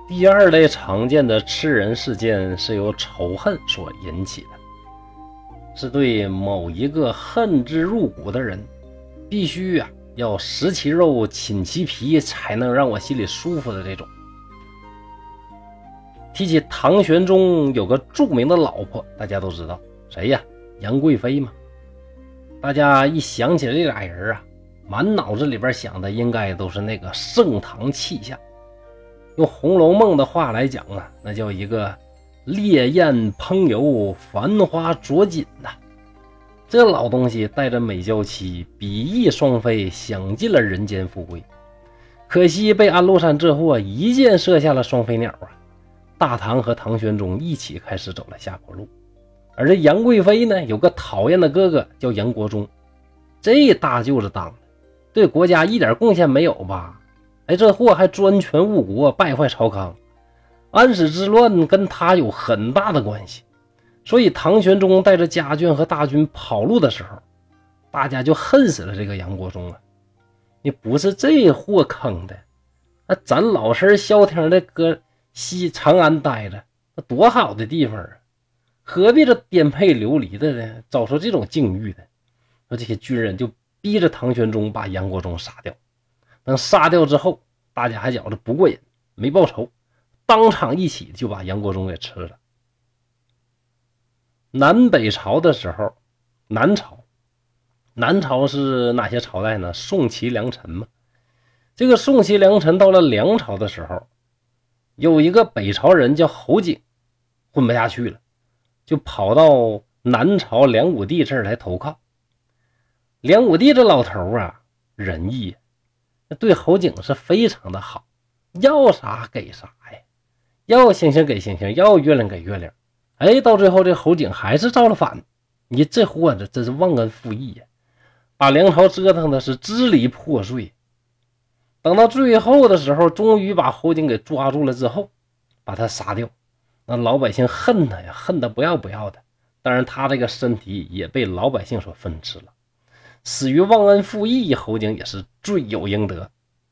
第二类常见的吃人事件是由仇恨所引起的，是对某一个恨之入骨的人，必须要食其肉寝其皮才能让我心里舒服的这种。提起唐玄宗有个著名的老婆，大家都知道谁呀？杨贵妃嘛。大家一想起这俩人满脑子里边想的应该都是那个盛唐气象。用《红楼梦》的话来讲那叫一个烈焰烹油，繁花着锦这老东西带着美娇妻，比翼双飞，享尽了人间富贵。可惜被安禄山这货一箭射下了双飞鸟大唐和唐玄宗一起开始走了下坡路。而这杨贵妃呢，有个讨厌的哥哥叫杨国忠，这大舅子当的对国家一点贡献没有吧？这货还专权误国，败坏朝纲。安史之乱跟他有很大的关系，所以唐玄宗带着家眷和大军跑路的时候，大家就恨死了这个杨国忠你不是这货坑的，那咱老实消停的搁西长安待着，那多好的地方何必这颠沛流离的呢？遭受这种境遇的。说这些军人就逼着唐玄宗把杨国忠杀掉。等杀掉之后，大家还觉得不过瘾，没报仇，当场一起就把杨国忠给吃了。南北朝的时候，南朝是哪些朝代呢？宋齐梁陈嘛。这个宋齐梁陈到了梁朝的时候，有一个北朝人叫侯景，混不下去了，就跑到南朝梁武帝这儿来投靠。梁武帝这老头仁义对侯景是非常的好，要啥给啥呀，要星星给星星，要月亮给月亮。到最后这侯景还是造了反，你这货真是忘恩负义把梁朝折腾的是支离破碎。等到最后的时候，终于把侯景给抓住了之后，把他杀掉。那老百姓恨他恨得不要不要的。当然他这个身体也被老百姓所分吃了。死于忘恩负义，侯景也是罪有应得。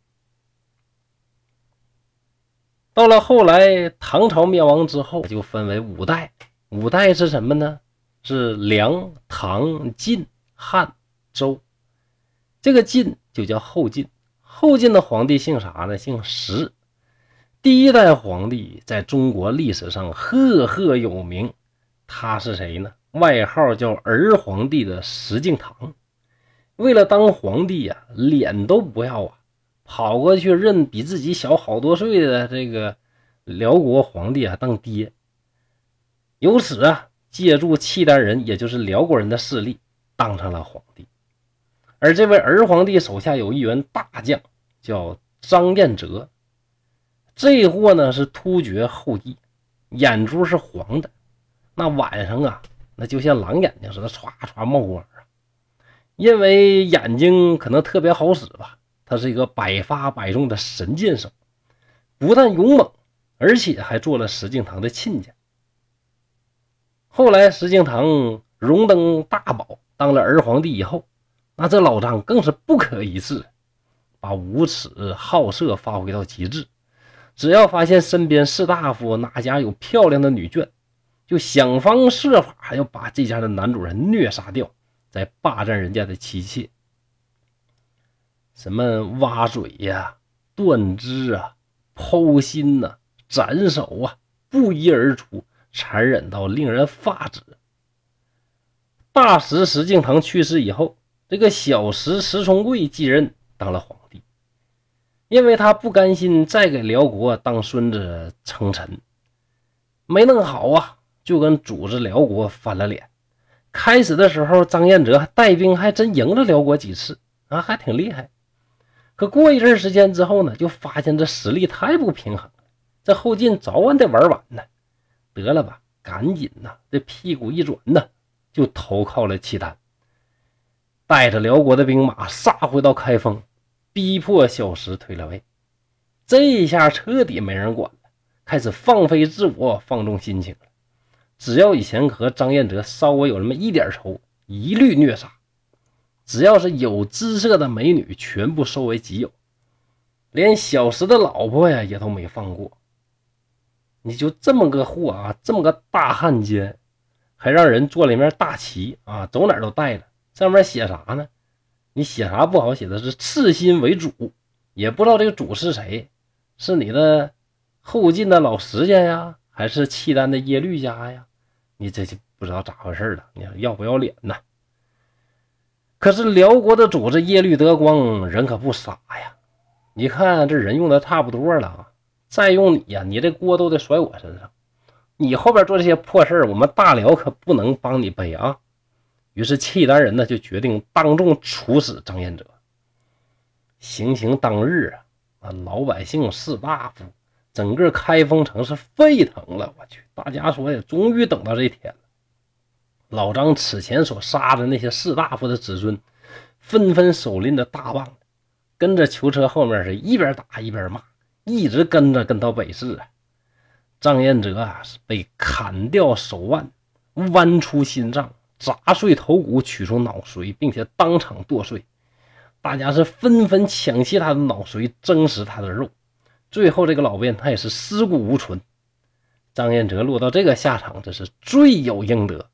到了后来唐朝灭亡之后，就分为五代。五代是什么呢？是梁、唐、晋、汉、周。这个晋就叫后晋。后晋的皇帝姓啥呢？姓石。第一代皇帝在中国历史上赫赫有名，他是谁呢？外号叫儿皇帝的石敬瑭。为了当皇帝脸都不要跑过去认比自己小好多岁的这个辽国皇帝当爹。由此借助契丹人也就是辽国人的势力当上了皇帝。而这位儿皇帝手下有一员大将叫张彦哲，这货呢是突厥后裔，眼珠是黄的，那晚上那就像狼眼睛似的唰唰冒光因为眼睛可能特别好使吧，他是一个百发百中的神箭手，不但勇猛，而且还做了石敬瑭的亲家。后来石敬瑭荣登大宝，当了儿皇帝以后，那这老张更是不可一世，把无耻好色发挥到极致。只要发现身边士大夫哪家有漂亮的女眷，就想方设法要把这家的男主人虐杀掉，再霸占人家的妻妾。什么挖嘴断肢剖心斩首不一而出，残忍到令人发指。大石石敬瑭去世以后，这个小石石重贵继任当了皇帝。因为他不甘心再给辽国当孙子称臣，没弄好就跟组织辽国翻了脸。开始的时候张彦哲带兵还真赢了辽国几次还挺厉害。可过一阵时间之后呢，就发现这实力太不平衡了，这后晋早晚得玩完呢。得了吧，赶紧这屁股一转就投靠了契丹，带着辽国的兵马杀回到开封，逼迫小石退了位。这一下彻底没人管了，开始放飞自我，放纵心情了。只要以前和张彦哲稍微有那么一点仇，一律虐杀。只要是有姿色的美女，全部收为己有。连小石的老婆也都没放过。 你就这么个货啊，这么个大汉奸，还让人做了一面大旗啊，走哪儿都带着，上面写啥呢？你写啥不好，写的是赤心为主，也不知道这个主是谁，是你的后晋的老石家呀，还是契丹的耶律家呀？你这就不知道咋回事了，你要不要脸呢？可是辽国的主这耶律德光人可不傻呀，你看这人用的差不多了啊，再用你呀，你这锅都得甩我身上，你后边做这些破事我们大辽可不能帮你背啊。于是契丹人呢就决定当众处死张彦哲。行刑当日啊，老百姓士大夫整个开封城是沸腾了，我去，大家说呀，终于等到这一天了。老张此前所杀的那些士大夫的子孙纷纷手拎着大棒，跟着囚车后面是一边打一边骂，一直跟到北市啊。张彦哲啊是被砍掉手腕，剜出心脏，砸碎头骨，取出脑髓，并且当场剁碎。大家是纷纷抢袭他的脑髓，争食他的肉，最后这个老变态是尸骨无存。张彦哲落到这个下场，这是罪有应得。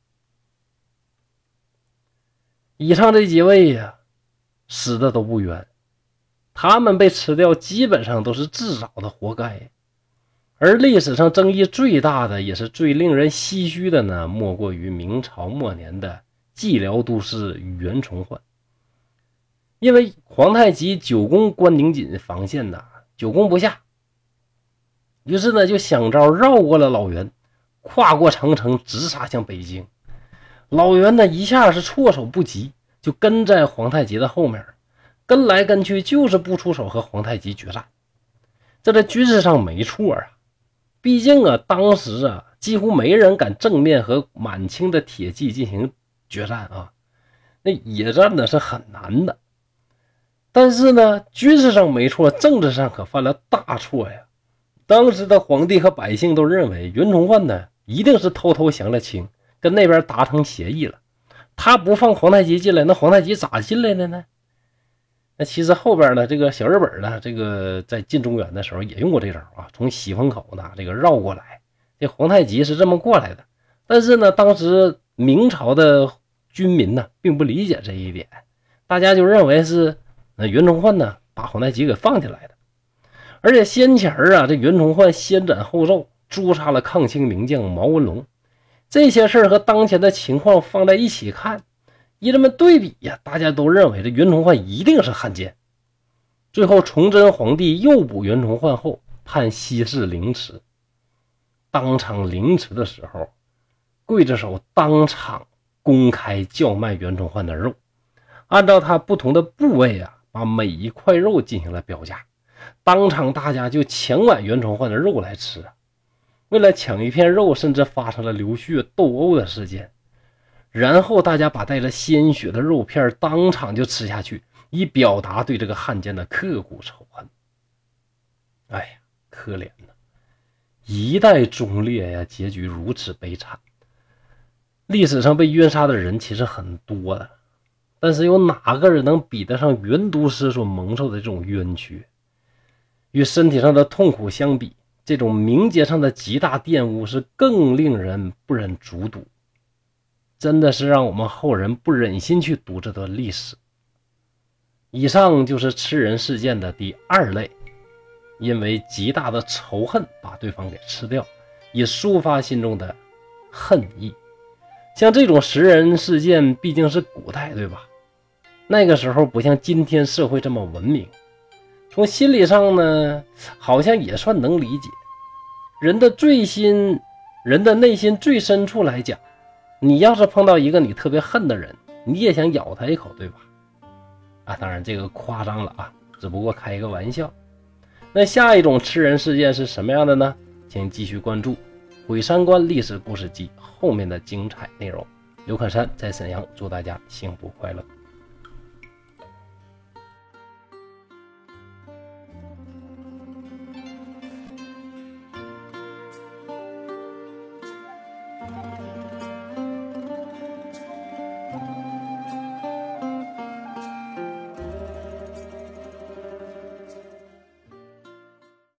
以上这几位呀，死的都不冤，他们被吃掉基本上都是自找的活该。而历史上争议最大的也是最令人唏嘘的呢，莫过于明朝末年的蓟辽都师袁崇焕。因为皇太极久攻关宁锦防线呢，久攻不下，于是呢就想招绕过了老袁，跨过长城直杀向北京。老袁呢一下是措手不及，就跟在皇太极的后面，跟来跟去就是不出手和皇太极决战。这在军事上没错啊，毕竟啊当时啊几乎没人敢正面和满清的铁骑进行决战啊，那野战呢是很难的。但是呢军事上没错，政治上可犯了大错呀。当时的皇帝和百姓都认为袁崇焕呢一定是偷偷降了清，跟那边达成协议了，他不放皇太极进来，那皇太极咋进来的呢？那其实后边呢，这个小日本呢，这个在进中原的时候也用过这招啊，从喜峰口呢这个绕过来，这皇太极是这么过来的。但是呢，当时明朝的军民呢并不理解这一点，大家就认为是袁崇焕呢把皇太极给放进来的。而且先前啊，这袁崇焕先斩后奏，诛杀了抗清名将毛文龙，这些事儿和当前的情况放在一起看，一这么对比呀，大家都认为这袁崇焕一定是汉奸。最后崇祯皇帝诱捕袁崇焕后，判西市凌迟。当场凌迟的时候，刽子手当场公开叫卖袁崇焕的肉，按照他不同的部位啊，把每一块肉进行了标价。当场大家就抢买袁崇焕的肉来吃啊。为了抢一片肉，甚至发生了流血斗殴的事件。然后大家把带着鲜血的肉片当场就吃下去，以表达对这个汉奸的刻骨仇恨。哎呀，可怜呐，一代忠烈呀，结局如此悲惨。历史上被冤杀的人其实很多的，但是有哪个人能比得上袁都师所蒙受的这种冤屈？与身体上的痛苦相比，这种名节上的极大玷污是更令人不忍卒读，真的是让我们后人不忍心去读这段历史。以上就是吃人事件的第二类，因为极大的仇恨把对方给吃掉，以抒发心中的恨意。像这种食人事件毕竟是古代，对吧？那个时候不像今天社会这么文明，从心理上呢好像也算能理解。人的内心最深处来讲，你要是碰到一个你特别恨的人，你也想咬他一口，对吧？当然这个夸张了啊，只不过开一个玩笑。那下一种吃人事件是什么样的呢？请继续关注鬼山关历史故事集后面的精彩内容。刘克山在沈阳，祝大家幸福快乐。